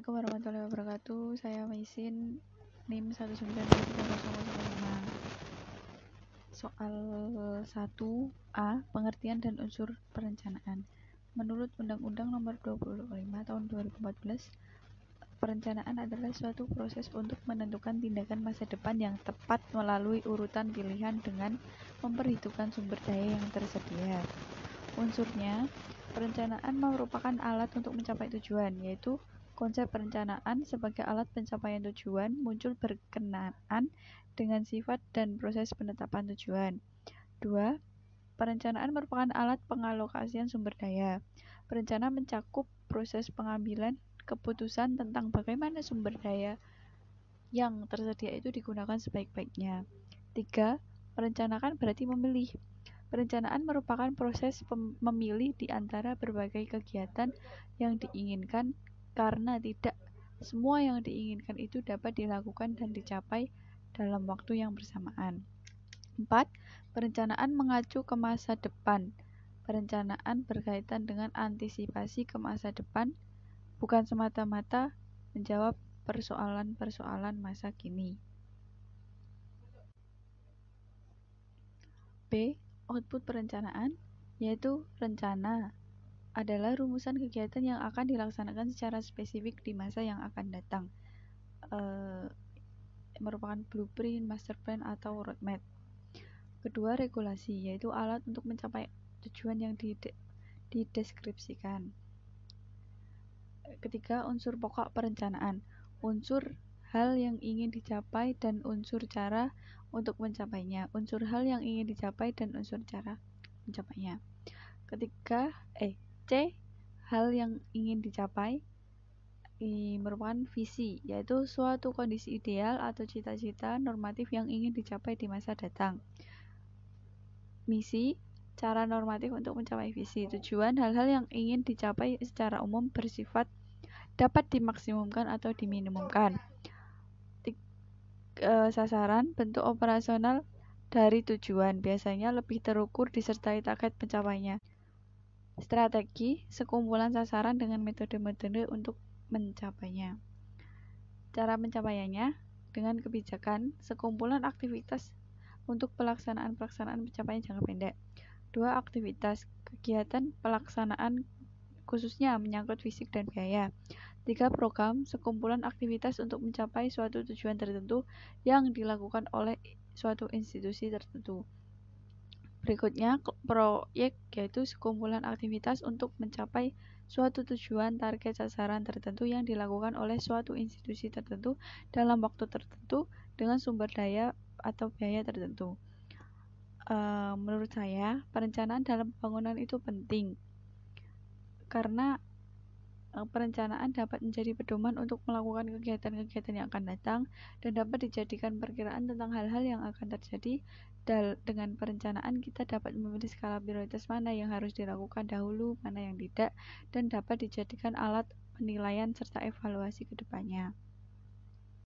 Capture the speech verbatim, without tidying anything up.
Assalamualaikum warahmatullahi wabarakatuh. Saya Maisin, N I M satu sembilan dua tiga nol nol nol lima. Soal satu A. Pengertian dan unsur perencanaan. Menurut Undang-Undang Nomor dua puluh lima Tahun dua ribu empat belas, perencanaan adalah suatu proses untuk menentukan tindakan masa depan yang tepat melalui urutan pilihan dengan memperhitungkan sumber daya yang tersedia. Unsurnya, perencanaan merupakan alat untuk mencapai tujuan, yaitu konsep perencanaan sebagai alat pencapaian tujuan muncul berkenaan dengan sifat dan proses penetapan tujuan. Dua. Perencanaan merupakan alat pengalokasian sumber daya. Perencana mencakup proses pengambilan keputusan tentang bagaimana sumber daya yang tersedia itu digunakan sebaik-baiknya. Tiga. Merencanakan berarti memilih. Perencanaan merupakan proses memilih di antara berbagai kegiatan yang diinginkan, karena tidak semua yang diinginkan itu dapat dilakukan dan dicapai dalam waktu yang bersamaan. Empat. Perencanaan mengacu ke masa depan. Perencanaan berkaitan dengan antisipasi ke masa depan, bukan semata-mata menjawab persoalan-persoalan masa kini. B. Output perencanaan, yaitu rencana adalah rumusan kegiatan yang akan dilaksanakan secara spesifik di masa yang akan datang, e, merupakan blueprint, master plan, atau roadmap. Kedua, regulasi, yaitu alat untuk mencapai tujuan yang dide- dideskripsikan. Ketiga, unsur pokok perencanaan, unsur hal yang ingin dicapai dan unsur cara untuk mencapainya, unsur hal yang ingin dicapai dan unsur cara mencapainya. Ketiga, eh C, hal yang ingin dicapai i, merupakan visi, yaitu suatu kondisi ideal atau cita-cita normatif yang ingin dicapai di masa datang. Misi, cara normatif untuk mencapai visi. Tujuan, hal-hal yang ingin dicapai secara umum bersifat dapat dimaksimumkan atau diminimumkan. E, sasaran, bentuk operasional dari tujuan, biasanya lebih terukur disertai target pencapaiannya. Strategi, sekumpulan sasaran dengan metode-metode untuk mencapainya. Cara pencapaiannya, dengan kebijakan, sekumpulan aktivitas untuk pelaksanaan-pelaksanaan pencapaian jangka pendek. Dua, aktivitas, kegiatan pelaksanaan khususnya menyangkut fisik dan biaya. Tiga, program, sekumpulan aktivitas untuk mencapai suatu tujuan tertentu yang dilakukan oleh suatu institusi tertentu. Berikutnya, proyek, yaitu sekumpulan aktivitas untuk mencapai suatu tujuan target sasaran tertentu yang dilakukan oleh suatu institusi tertentu dalam waktu tertentu dengan sumber daya atau biaya tertentu. E, menurut saya, perencanaan dalam pembangunan itu penting, karena e, perencanaan dapat menjadi pedoman untuk melakukan kegiatan-kegiatan yang akan datang dan dapat dijadikan perkiraan tentang hal-hal yang akan terjadi. Dal- dengan perencanaan kita dapat memilih skala prioritas mana yang harus dilakukan dahulu, mana yang tidak, dan dapat dijadikan alat penilaian serta evaluasi ke depannya.